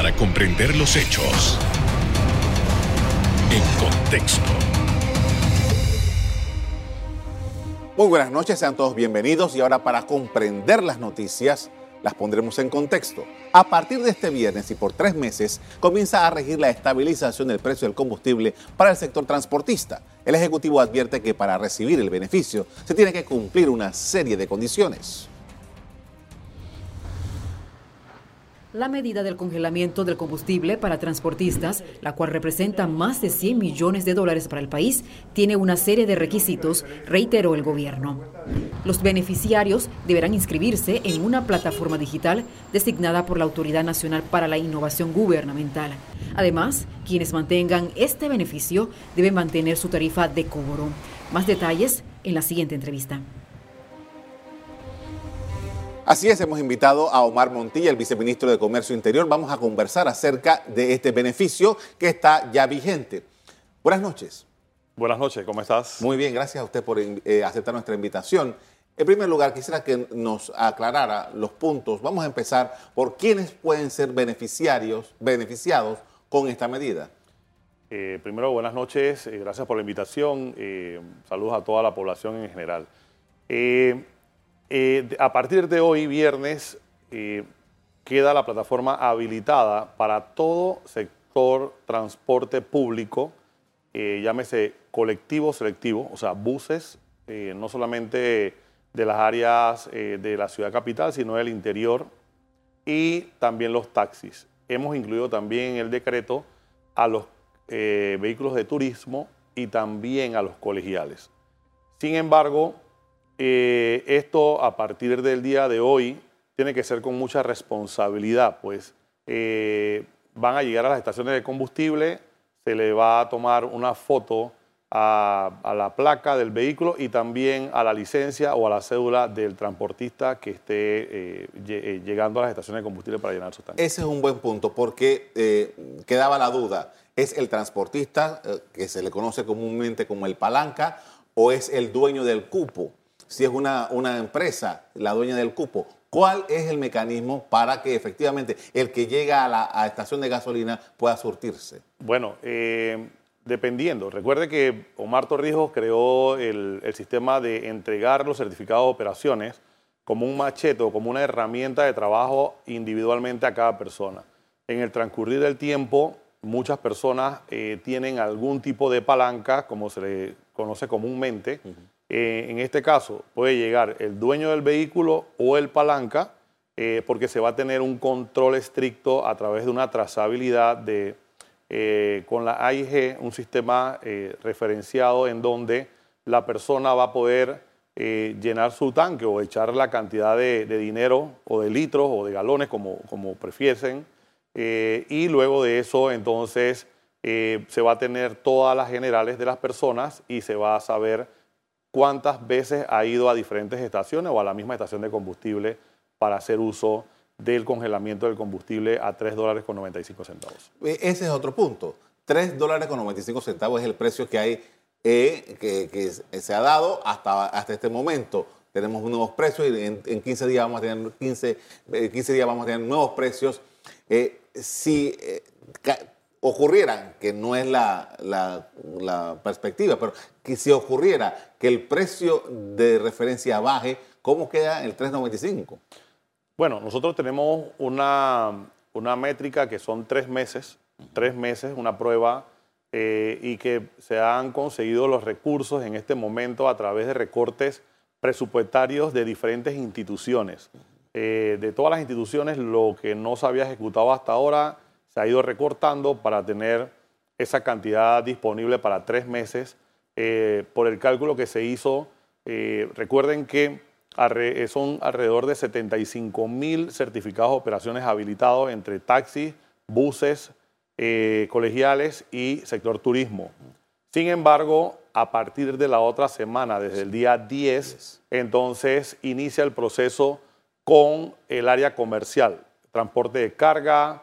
para comprender los hechos en contexto. Muy buenas noches, sean todos bienvenidos y ahora para comprender las noticias las pondremos en contexto. A partir de este viernes y por 3 meses comienza a regir la estabilización del precio del combustible para el sector transportista. El Ejecutivo advierte que para recibir el beneficio se tiene que cumplir una serie de condiciones. La medida del congelamiento del combustible para transportistas, la cual representa más de $100 millones para el país, tiene una serie de requisitos, reiteró el gobierno. Los beneficiarios deberán inscribirse en una plataforma digital designada por la Autoridad Nacional para la Innovación Gubernamental. Además, quienes mantengan este beneficio deben mantener su tarifa de cobro. Más detalles en la siguiente entrevista. Así es, hemos invitado a Omar Montilla, el viceministro de Comercio Interior. Vamos a conversar acerca de este beneficio que está ya vigente. Buenas noches. Buenas noches, ¿cómo estás? Muy bien, gracias a usted por aceptar nuestra invitación. En primer lugar, quisiera que nos aclarara los puntos. Vamos a empezar por quiénes pueden ser beneficiados con esta medida. Primero, buenas noches, gracias por la invitación. Saludos a toda la población en general. A partir de hoy, viernes, queda la plataforma habilitada para todo sector transporte público, llámese colectivo selectivo, o sea, buses, no solamente de las áreas de la ciudad capital, sino del interior, y también los taxis. Hemos incluido también en el decreto a los vehículos de turismo y también a los colegiales. Sin embargo, esto a partir del día de hoy tiene que ser con mucha responsabilidad, pues van a llegar a las estaciones de combustible, se le va a tomar una foto a la placa del vehículo y también a la licencia o a la cédula del transportista que esté llegando a las estaciones de combustible para llenar su tanque. Ese es un buen punto porque quedaba la duda, ¿es el transportista que se le conoce comúnmente como el palanca o es el dueño del cupo? Si es una empresa, la dueña del cupo, ¿cuál es el mecanismo para que efectivamente el que llega a la estación de gasolina pueda surtirse? Bueno, dependiendo. Recuerde que Omar Torrijos creó el sistema de entregar los certificados de operaciones como un machete o como una herramienta de trabajo individualmente a cada persona. En el transcurrir del tiempo, muchas personas tienen algún tipo de palanca, como se le conoce comúnmente. En este caso puede llegar el dueño del vehículo o el palanca porque se va a tener un control estricto a través de una trazabilidad con la AIG, un sistema referenciado en donde la persona va a poder llenar su tanque o echar la cantidad de dinero o de litros o de galones como prefiesen y luego de eso entonces se va a tener todas las generales de las personas y se va a saber cuántas veces ha ido a diferentes estaciones o a la misma estación de combustible para hacer uso del congelamiento del combustible a $3.95. Ese es otro punto. $3.95 es el precio que hay, que se ha dado hasta este momento. Tenemos nuevos precios y en 15 días vamos a tener 15 días vamos a tener nuevos precios. Si ocurriera, que no es la perspectiva, pero que si ocurriera que el precio de referencia baje, ¿cómo queda el 3.95? Bueno, nosotros tenemos una métrica que son 3 meses, una prueba, y que se han conseguido los recursos en este momento a través de recortes presupuestarios de diferentes instituciones. De todas las instituciones, lo que no se había ejecutado hasta ahora se ha ido recortando para tener esa cantidad disponible para 3 meses. Por el cálculo que se hizo, recuerden que son alrededor de 75,000 certificados de operaciones habilitados entre taxis, buses, colegiales y sector turismo. Sin embargo, a partir de la otra semana, desde el día 10, entonces inicia el proceso con el área comercial, transporte de carga,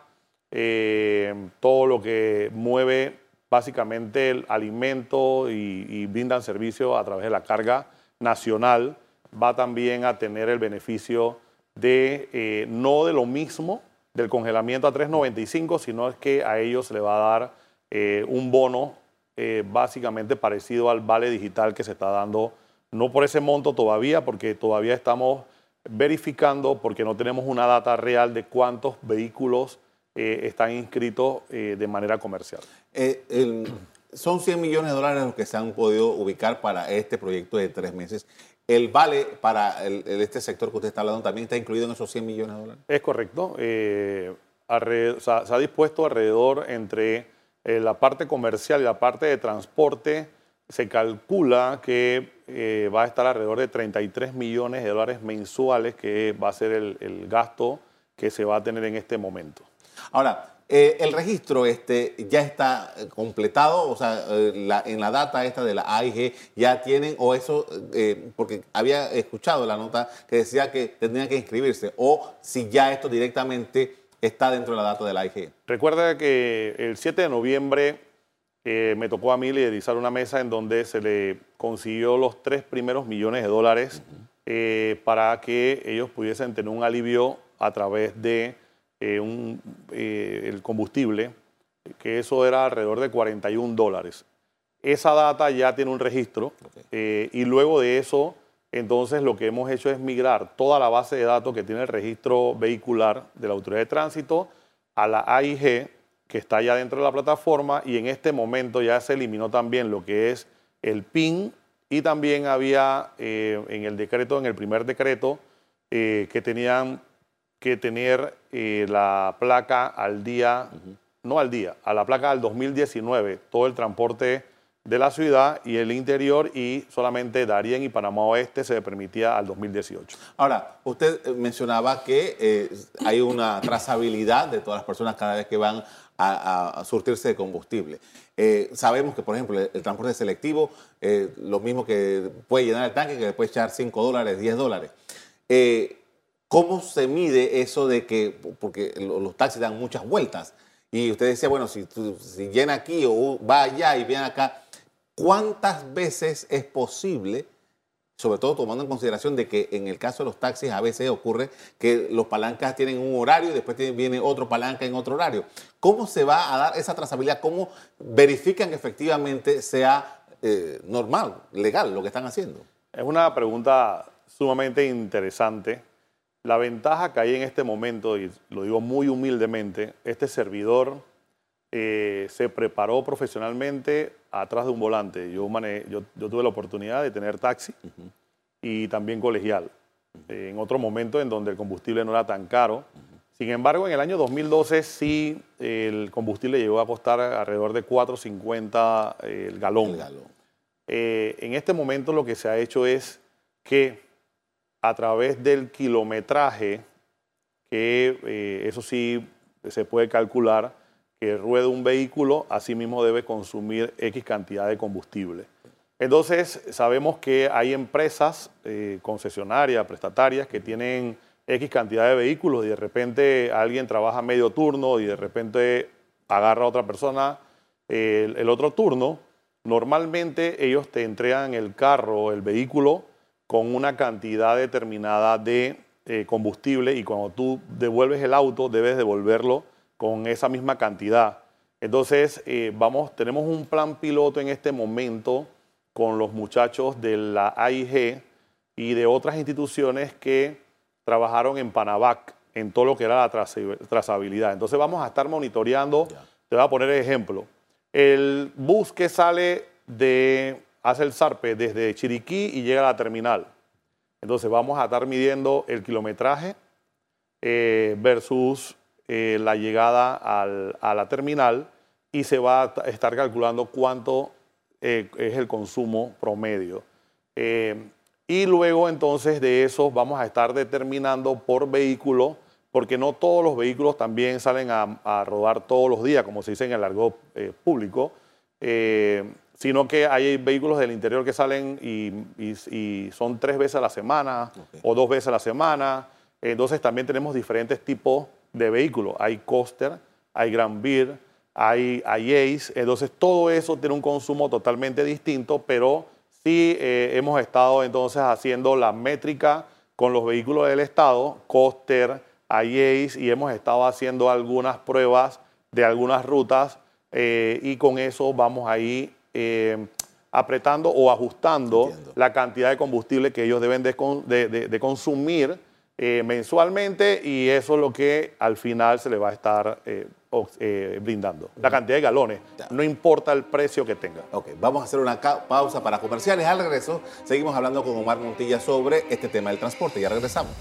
todo lo que mueve básicamente el alimento y brindan servicio a través de la carga nacional, va también a tener el beneficio de no de lo mismo, del congelamiento a 3.95, sino es que a ellos se le va a dar un bono básicamente parecido al vale digital que se está dando, no por ese monto todavía, porque todavía estamos verificando, porque no tenemos una data real de cuántos vehículos están inscritos de manera comercial. Son 100 millones de dólares los que se han podido ubicar para este proyecto de 3 meses. ¿El vale para este sector que usted está hablando también está incluido en esos 100 millones de dólares? Es correcto. Se ha dispuesto alrededor entre la parte comercial y la parte de transporte. Se calcula que va a estar alrededor de 33 millones de dólares mensuales, que va a ser el gasto que se va a tener en este momento. Ahora, el registro ya está completado, o sea, en la data esta de la AIG ya tienen, o eso, porque había escuchado la nota que decía que tendrían que inscribirse, o si ya esto directamente está dentro de la data de la AIG. Recuerda que el 7 de noviembre me tocó a mí liderizar una mesa en donde se le consiguió los 3 primeros millones de dólares para que ellos pudiesen tener un alivio a través de el combustible, que eso era alrededor de $41. Esa data ya tiene un registro y luego de eso, entonces lo que hemos hecho es migrar toda la base de datos que tiene el registro vehicular de la Autoridad de Tránsito a la AIG, que está ya dentro de la plataforma, y en este momento ya se eliminó también lo que es el PIN, y también había en el decreto, en el primer decreto, que tenían que tener la placa al día, no al día, a la placa del 2019, todo el transporte de la ciudad y el interior, y solamente Darién y Panamá Oeste se le permitía al 2018. Ahora, usted mencionaba que hay una trazabilidad de todas las personas cada vez que van a surtirse de combustible. Sabemos que, por ejemplo, el transporte selectivo, lo mismo que puede llenar el tanque, que le puede echar $5, $10. ¿Cómo se mide eso de que, porque los taxis dan muchas vueltas, y usted decía, bueno, si llena aquí o va allá y viene acá, ¿cuántas veces es posible, sobre todo tomando en consideración de que en el caso de los taxis a veces ocurre que los palancas tienen un horario y después viene otro palanca en otro horario? ¿Cómo se va a dar esa trazabilidad? ¿Cómo verifican que efectivamente sea normal, legal lo que están haciendo? Es una pregunta sumamente interesante. La ventaja que hay en este momento, y lo digo muy humildemente, este servidor se preparó profesionalmente atrás de un volante. Yo tuve la oportunidad de tener taxi y también colegial, en otro momento en donde el combustible no era tan caro. Sin embargo, en el año 2012 sí el combustible llegó a costar alrededor de $4.50 el galón. En este momento lo que se ha hecho es que a través del kilometraje, que eso sí se puede calcular, que rueda un vehículo, así mismo debe consumir X cantidad de combustible. Entonces, sabemos que hay empresas concesionarias, prestatarias, que tienen X cantidad de vehículos y de repente alguien trabaja medio turno y de repente agarra a otra persona el otro turno. Normalmente ellos te entregan el carro, el vehículo, con una cantidad determinada de combustible, y cuando tú devuelves el auto debes devolverlo con esa misma cantidad. Entonces, tenemos un plan piloto en este momento con los muchachos de la AIG y de otras instituciones que trabajaron en Panavac en todo lo que era la trazabilidad. Entonces vamos a estar monitoreando. Te voy a poner el ejemplo. El bus que sale hace el zarpe desde Chiriquí y llega a la terminal. Entonces vamos a estar midiendo el kilometraje versus la llegada a la terminal, y se va a estar calculando cuánto es el consumo promedio. Y luego entonces de eso vamos a estar determinando por vehículo, porque no todos los vehículos también salen a rodar todos los días, como se dice en el argot público, sino que hay vehículos del interior que salen y son 3 veces a la semana o 2 veces a la semana. Entonces también tenemos diferentes tipos de vehículos. Hay Coaster, hay Grand Beer, hay Ace. Entonces todo eso tiene un consumo totalmente distinto, pero sí hemos estado entonces haciendo la métrica con los vehículos del Estado, Coaster, a Waze y hemos estado haciendo algunas pruebas de algunas rutas y con eso vamos ahí apretando o ajustando la cantidad de combustible que ellos deben de consumir mensualmente, y eso es lo que al final se le va a estar brindando. La cantidad de galones, no importa el precio que tenga. Ok, vamos a hacer una pausa para comerciales. Al regreso seguimos hablando con Omar Montilla sobre este tema del transporte. Ya regresamos.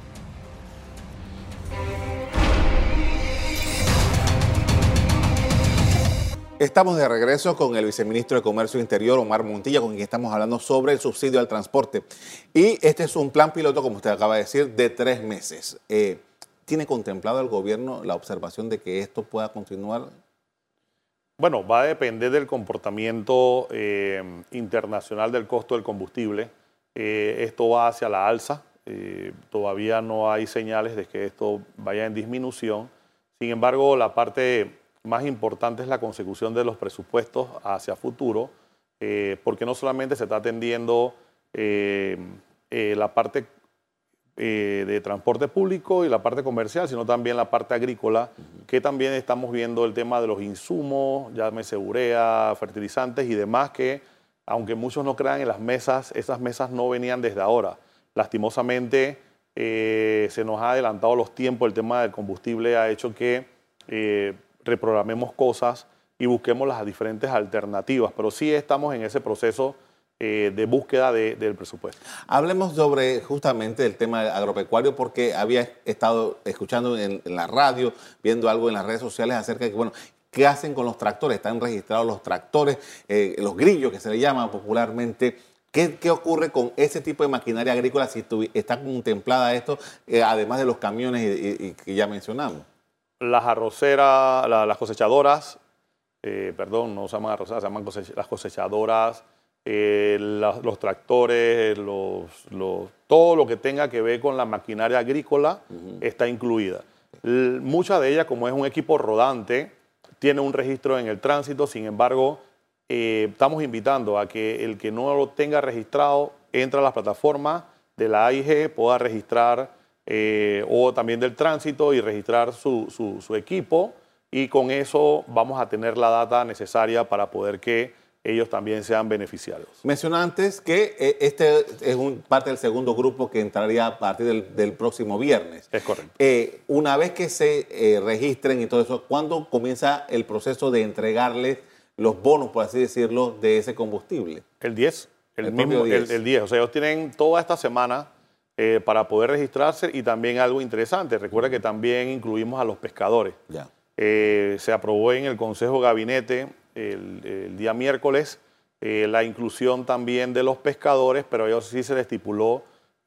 Estamos de regreso con el viceministro de Comercio Interior, Omar Montilla, con quien estamos hablando sobre el subsidio al transporte. Y este es un plan piloto, como usted acaba de decir, de 3 meses. ¿Tiene contemplado el gobierno la observación de que esto pueda continuar? Bueno, va a depender del comportamiento internacional del costo del combustible. Esto va hacia la alza. Todavía no hay señales de que esto vaya en disminución. Sin embargo, la parte más importante es la consecución de los presupuestos hacia futuro, porque no solamente se está atendiendo la parte de transporte público y la parte comercial, sino también la parte agrícola, que también estamos viendo el tema de los insumos, llámese urea, fertilizantes y demás, que aunque muchos no crean en las mesas, esas mesas no venían desde ahora. Lastimosamente se nos ha adelantado los tiempos, el tema del combustible ha hecho que reprogramemos cosas y busquemos las diferentes alternativas, pero sí estamos en ese proceso de búsqueda del presupuesto. Hablemos sobre justamente el tema agropecuario, porque había estado escuchando en la radio, viendo algo en las redes sociales acerca de que, bueno, ¿qué hacen con los tractores? Están registrados los tractores, los grillos que se le llaman popularmente. ¿Qué ocurre con ese tipo de maquinaria agrícola si está contemplada esto, además de los camiones y que ya mencionamos? Las arroceras, las cosechadoras, perdón, no se llaman arroceras, se llaman las cosechadoras, los tractores, todo lo que tenga que ver con la maquinaria agrícola está incluida. Mucha de ellas, como es un equipo rodante, tiene un registro en el tránsito. Sin embargo, estamos invitando a que el que no lo tenga registrado entre a las plataformas de la AIG, pueda registrar o también del tránsito y registrar su equipo, y con eso vamos a tener la data necesaria para poder que ellos también sean beneficiarios. Mencionó antes que este es parte del segundo grupo que entraría a partir del próximo viernes. Es correcto. Una vez que se registren y todo eso, ¿cuándo comienza el proceso de entregarles los bonos, por así decirlo, de ese combustible? El 10. El 10. O sea, ellos tienen toda esta semana para poder registrarse, y también algo interesante, recuerda que también incluimos a los pescadores. Ya. Se aprobó en el Consejo Gabinete el día miércoles la inclusión también de los pescadores, pero a ellos sí se les estipuló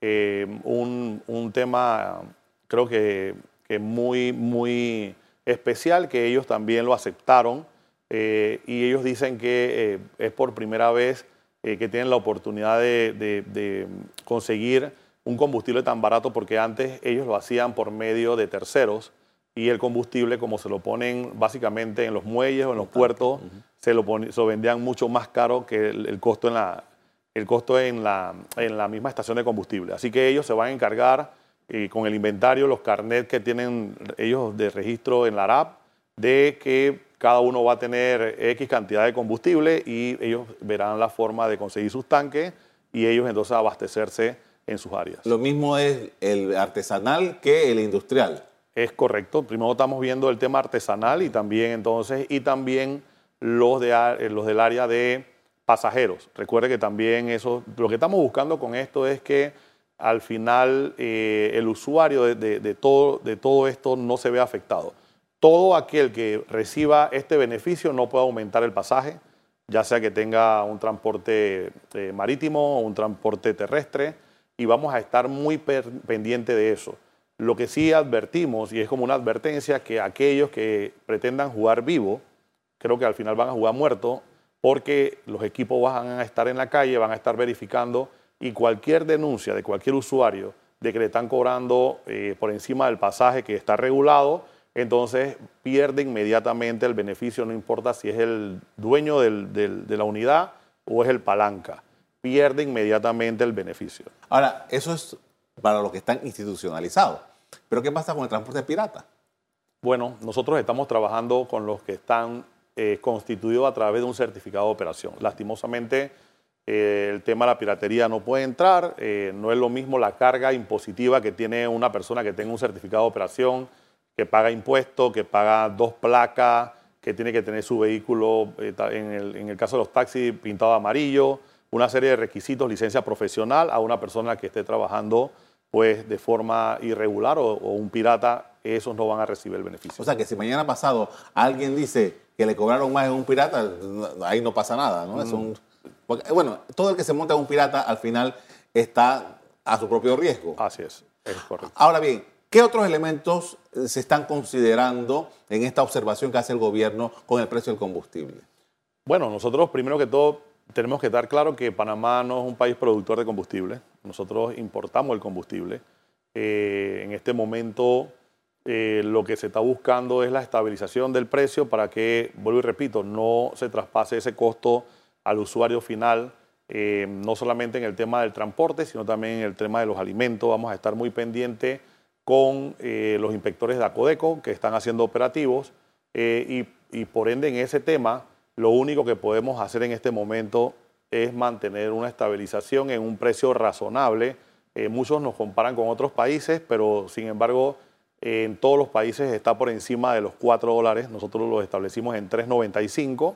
un tema, creo que muy especial, que ellos también lo aceptaron, y ellos dicen que es por primera vez que tienen la oportunidad de conseguir un combustible tan barato, porque antes ellos lo hacían por medio de terceros, y el combustible, como se lo ponen básicamente en los muelles o en los puertos, se lo vendían mucho más caro que el costo en la misma estación de combustible. Así que ellos se van a encargar con el inventario, los carnets que tienen ellos de registro en la ARAP, de que cada uno va a tener X cantidad de combustible, y ellos verán la forma de conseguir sus tanques y ellos entonces abastecerse en sus áreas. Lo mismo es el artesanal que el industrial. Es correcto. Primero estamos viendo el tema artesanal, y también los del área de pasajeros. Recuerde que también eso, lo que estamos buscando con esto es que al final el usuario de todo esto no se vea afectado. Todo aquel que reciba este beneficio no puede aumentar el pasaje, ya sea que tenga un transporte marítimo o un transporte terrestre, y vamos a estar muy pendiente de eso. Lo que sí advertimos, y es como una advertencia, que aquellos que pretendan jugar vivo, creo que al final van a jugar muerto, porque los equipos van a estar en la calle, van a estar verificando, y cualquier denuncia de cualquier usuario de que le están cobrando por encima del pasaje que está regulado, entonces pierde inmediatamente el beneficio, no importa si es el dueño de la unidad o es el palanca, pierde inmediatamente el beneficio. Ahora, eso es para los que están institucionalizados. Pero ¿qué pasa con el transporte pirata? Bueno, nosotros estamos trabajando con los que están constituidos a través de un certificado de operación. Lastimosamente, el tema de la piratería no puede entrar. No es lo mismo la carga impositiva que tiene una persona que tenga un certificado de operación, que paga impuestos, que paga 2 placas, que tiene que tener su vehículo, en el caso de los taxis, pintado de amarillo, una serie de requisitos, licencia profesional, a una persona que esté trabajando pues de forma irregular o un pirata, esos no van a recibir el beneficio. O sea que si mañana pasado alguien dice que le cobraron más en un pirata, ahí no pasa nada, ¿no? Porque, bueno, todo el que se monta en un pirata al final está a su propio riesgo. Así es correcto. Ahora bien, ¿qué otros elementos se están considerando en esta observación que hace el gobierno con el precio del combustible? Bueno, nosotros primero que todo tenemos que estar claro que Panamá no es un país productor de combustible. Nosotros importamos el combustible. En este momento lo que se está buscando es la estabilización del precio para que, vuelvo y repito, no se traspase ese costo al usuario final, no solamente en el tema del transporte, sino también en el tema de los alimentos. Vamos a estar muy pendientes con los inspectores de ACODECO que están haciendo operativos y por ende en ese tema lo único que podemos hacer en este momento es mantener una estabilización en un precio razonable. Muchos nos comparan con otros países, pero sin embargo en todos los países está por encima de los $4. Nosotros lo establecimos en 3.95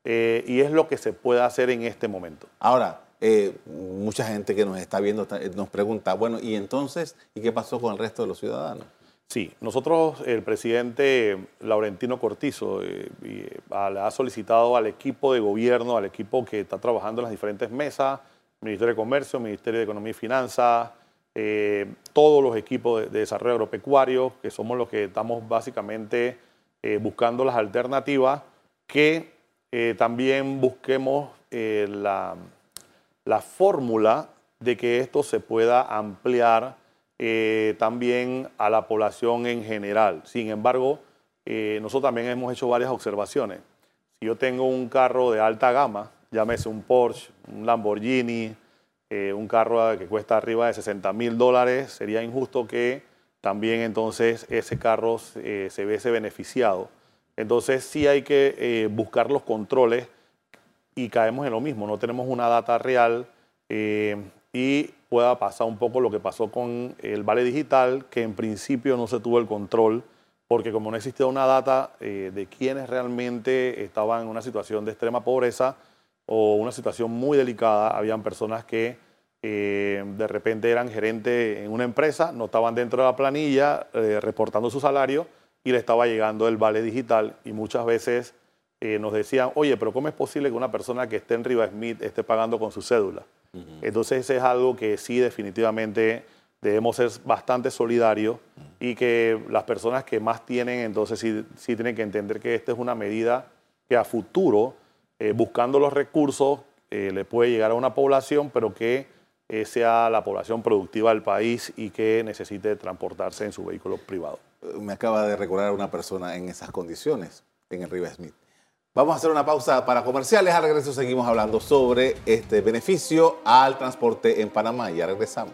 y es lo que se puede hacer en este momento. Ahora, mucha gente que nos está viendo nos pregunta, bueno, ¿y entonces? ¿Y qué pasó con el resto de los ciudadanos? Sí, nosotros, el presidente Laurentino Cortizo le ha solicitado al equipo de gobierno, al equipo que está trabajando en las diferentes mesas, Ministerio de Comercio, Ministerio de Economía y Finanzas, todos los equipos de desarrollo agropecuario, que somos los que estamos básicamente buscando las alternativas, que también busquemos la fórmula de que esto se pueda ampliar también a la población en general. Sin embargo, nosotros también hemos hecho varias observaciones. Si yo tengo un carro de alta gama, llámese un Porsche, un Lamborghini, un carro que cuesta arriba de $60,000, sería injusto que también entonces ese carro se viese beneficiado. Entonces sí hay que buscar los controles y caemos en lo mismo. No tenemos una data real y pueda pasar un poco lo que pasó con el vale digital, que en principio no se tuvo el control, porque como no existía una data de quienes realmente estaban en una situación de extrema pobreza o una situación muy delicada, habían personas que de repente eran gerentes en una empresa, no estaban dentro de la planilla reportando su salario y le estaba llegando el vale digital y muchas veces nos decían, oye, pero ¿cómo es posible que una persona que esté en Rivas Smith esté pagando con su cédula? Entonces es algo que sí definitivamente debemos ser bastante solidarios y que las personas que más tienen entonces sí tienen que entender que esta es una medida que a futuro, buscando los recursos, le puede llegar a una población, pero que sea la población productiva del país y que necesite transportarse en su vehículo privado. Me acaba de recordar a una persona en esas condiciones en el Rivas Smith. Vamos a hacer una pausa para comerciales. Al regreso seguimos hablando sobre este beneficio al transporte en Panamá. Ya regresamos.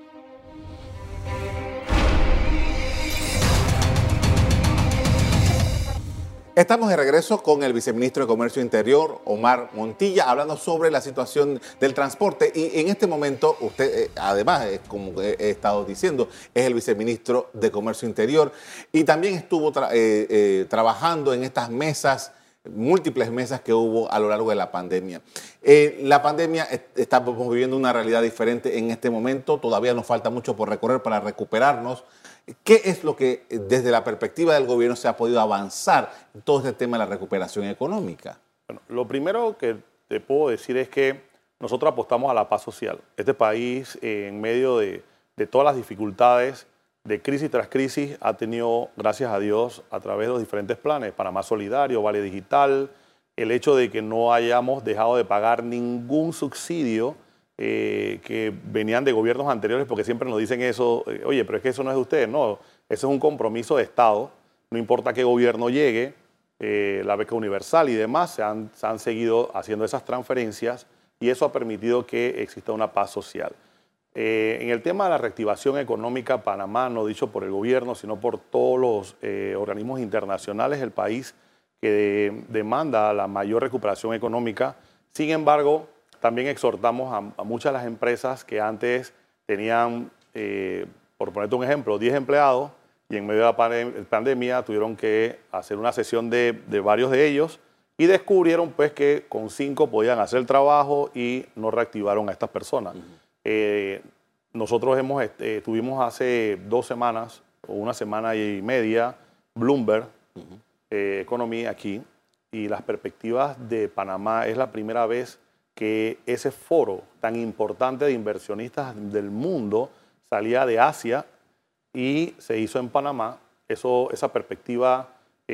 Estamos de regreso con el viceministro de Comercio Interior, Omar Montilla, hablando sobre la situación del transporte. Y en este momento, usted, además, como he estado diciendo, es el viceministro de Comercio Interior y también estuvo trabajando en estas mesas, múltiples mesas que hubo a lo largo de la pandemia. La pandemia, estamos viviendo una realidad diferente en este momento, todavía nos falta mucho por recorrer para recuperarnos. ¿Qué es lo que desde la perspectiva del gobierno se ha podido avanzar en todo este tema de la recuperación económica? Bueno, lo primero que te puedo decir es que nosotros apostamos a la paz social. Este país, en medio de todas las dificultades, de crisis tras crisis, ha tenido, gracias a Dios, a través de los diferentes planes, Panamá Solidario, Vale Digital, el hecho de que no hayamos dejado de pagar ningún subsidio que venían de gobiernos anteriores, porque siempre nos dicen eso, oye, pero es que eso no es de ustedes. No, eso es un compromiso de Estado, no importa qué gobierno llegue, la beca universal y demás, se han seguido haciendo esas transferencias y eso ha permitido que exista una paz social. En el tema de la reactivación económica, Panamá, no dicho por el gobierno, sino por todos los organismos internacionales, el país que demanda la mayor recuperación económica. Sin embargo, también exhortamos a muchas de las empresas que antes tenían, por ponerte un ejemplo, 10 empleados y en medio de la pandemia tuvieron que hacer una sesión de varios de ellos y descubrieron pues que con 5 podían hacer el trabajo y no reactivaron a estas personas. Nosotros tuvimos hace 2 semanas o 1 semana y media Bloomberg Economy aquí, y las perspectivas de Panamá es la primera vez que ese foro tan importante de inversionistas del mundo salía de Asia y se hizo en Panamá. Esa perspectiva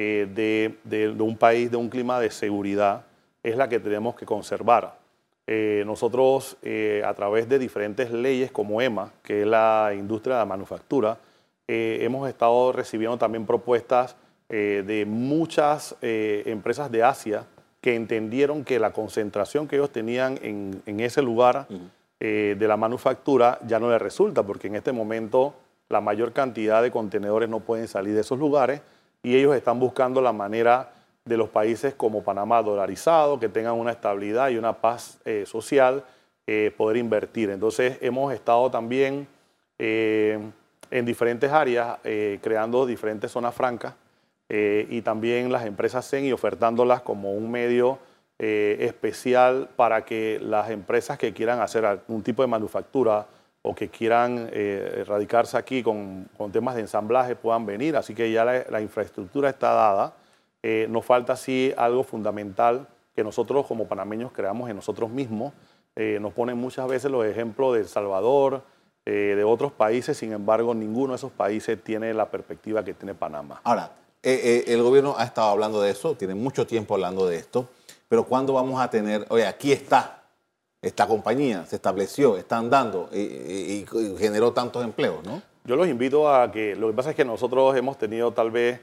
de un país, de un clima de seguridad, es la que tenemos que conservar. Nosotros, a través de diferentes leyes como EMA, que es la industria de la manufactura, hemos estado recibiendo también propuestas de muchas empresas de Asia que entendieron que la concentración que ellos tenían en ese lugar de la manufactura ya no les resulta, porque en este momento la mayor cantidad de contenedores no pueden salir de esos lugares y ellos están buscando la manera de los países como Panamá, dolarizado, que tengan una estabilidad y una paz social, poder invertir. Entonces hemos estado también en diferentes áreas creando diferentes zonas francas y también las empresas CEN y ofertándolas como un medio especial para que las empresas que quieran hacer algún tipo de manufactura o que quieran radicarse aquí con temas de ensamblaje puedan venir. Así que ya la infraestructura está dada. Nos falta sí algo fundamental que nosotros como panameños creamos en nosotros mismos. Nos ponen muchas veces los ejemplos de El Salvador, de otros países, sin embargo ninguno de esos países tiene la perspectiva que tiene Panamá. Ahora, el gobierno ha estado hablando de eso, tiene mucho tiempo hablando de esto, pero ¿cuándo vamos a tener? Oye, aquí está, esta compañía se estableció, está andando y generó tantos empleos, ¿no? Yo los invito a que, lo que pasa es que nosotros hemos tenido tal vez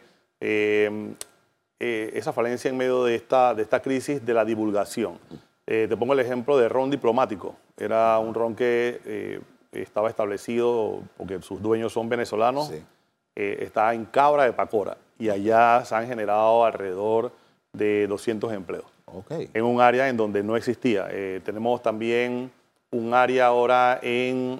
esa falencia en medio de esta crisis de la divulgación. Te pongo el ejemplo de Ron Diplomático. Era un ron que estaba establecido porque sus dueños son venezolanos. Sí. Está en Cabra de Pacora y allá se han generado alrededor de 200 empleos. Okay. En un área en donde no existía. Tenemos también un área ahora en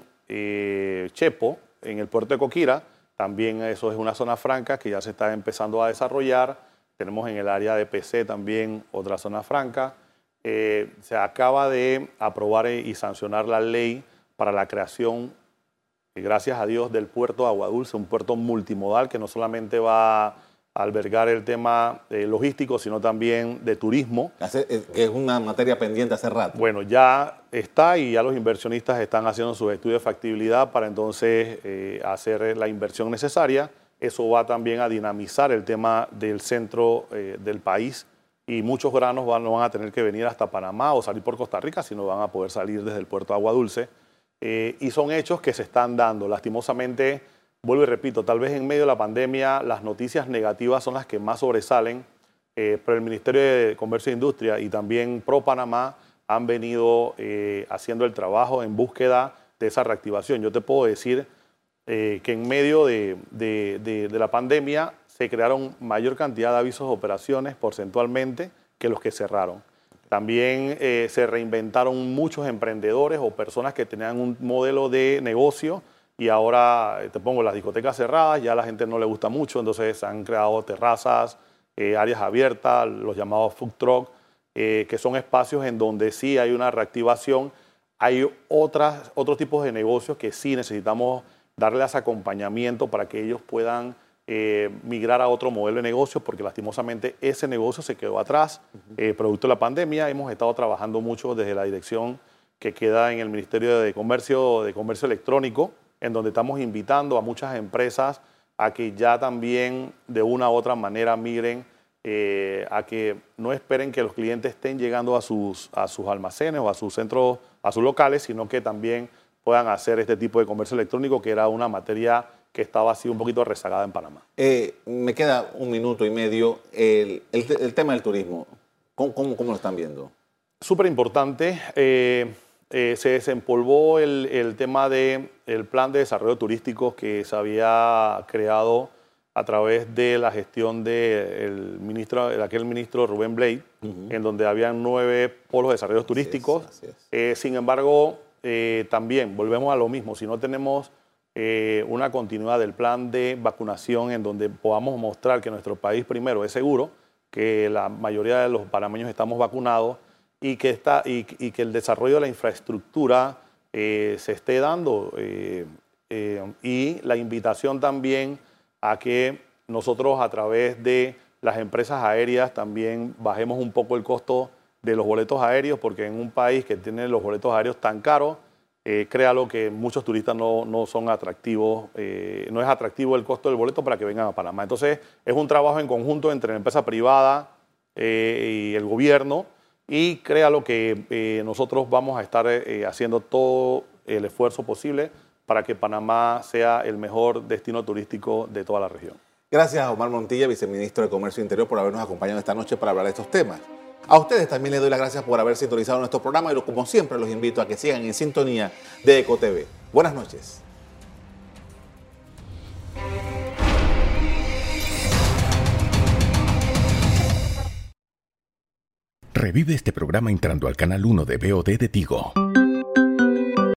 Chepo, en el puerto de Coquira. También eso es una zona franca que ya se está empezando a desarrollar. Tenemos en el área de PC también otra zona franca. Se acaba de aprobar y sancionar la ley para la creación, gracias a Dios, del puerto de Aguadulce, un puerto multimodal que no solamente va a albergar el tema logístico, sino también de turismo. Que es una materia pendiente hace rato. Bueno, ya está y ya los inversionistas están haciendo sus estudios de factibilidad para entonces hacer la inversión necesaria. Eso va también a dinamizar el tema del centro del país y muchos granos no van a tener que venir hasta Panamá o salir por Costa Rica, sino van a poder salir desde el puerto de Aguadulce. Y son hechos que se están dando. Lastimosamente, vuelvo y repito, tal vez en medio de la pandemia las noticias negativas son las que más sobresalen, pero el Ministerio de Comercio e Industria y también Pro Panamá han venido haciendo el trabajo en búsqueda de esa reactivación. Yo te puedo decir que en medio de la pandemia se crearon mayor cantidad de avisos de operaciones porcentualmente que los que cerraron. También se reinventaron muchos emprendedores o personas que tenían un modelo de negocio y ahora, te pongo, las discotecas cerradas, ya a la gente no le gusta mucho, entonces se han creado terrazas, áreas abiertas, los llamados food truck, que son espacios en donde sí hay una reactivación. Hay otros tipos de negocios que sí necesitamos darles acompañamiento para que ellos puedan migrar a otro modelo de negocio, porque lastimosamente ese negocio se quedó atrás, producto de la pandemia. Hemos estado trabajando mucho desde la dirección que queda en el Ministerio de Comercio Electrónico, en donde estamos invitando a muchas empresas a que ya también de una u otra manera migren, a que no esperen que los clientes estén llegando a sus almacenes o a sus centros, a sus locales, sino que también puedan hacer este tipo de comercio electrónico, que era una materia que estaba así un poquito rezagada en Panamá. Me queda 1 minuto y medio. El tema del turismo, ¿cómo lo están viendo? Súper importante. se desempolvó el tema del plan de desarrollo turístico que se había creado a través de la gestión de aquel ministro Rubén Blades, en donde habían 9 polos de desarrollo turísticos. Así es. Sin embargo, también volvemos a lo mismo. Si no tenemos una continuidad del plan de vacunación en donde podamos mostrar que nuestro país primero es seguro, que la mayoría de los panameños estamos vacunados y que el desarrollo de la infraestructura se esté dando. Y la invitación también a que nosotros a través de las empresas aéreas también bajemos un poco el costo de los boletos aéreos, porque en un país que tiene los boletos aéreos tan caros, créalo que muchos turistas no son atractivos, no es atractivo el costo del boleto para que vengan a Panamá. Entonces es un trabajo en conjunto entre la empresa privada y el gobierno, y créalo que nosotros vamos a estar haciendo todo el esfuerzo posible para que Panamá sea el mejor destino turístico de toda la región. Gracias a Omar Montilla, viceministro de Comercio Interior, por habernos acompañado esta noche para hablar de estos temas. A ustedes también les doy las gracias por haber sintonizado nuestro programa y como siempre los invito a que sigan en sintonía de EcoTV. Buenas noches. Revive este programa entrando al canal 1 de VOD de Tigo.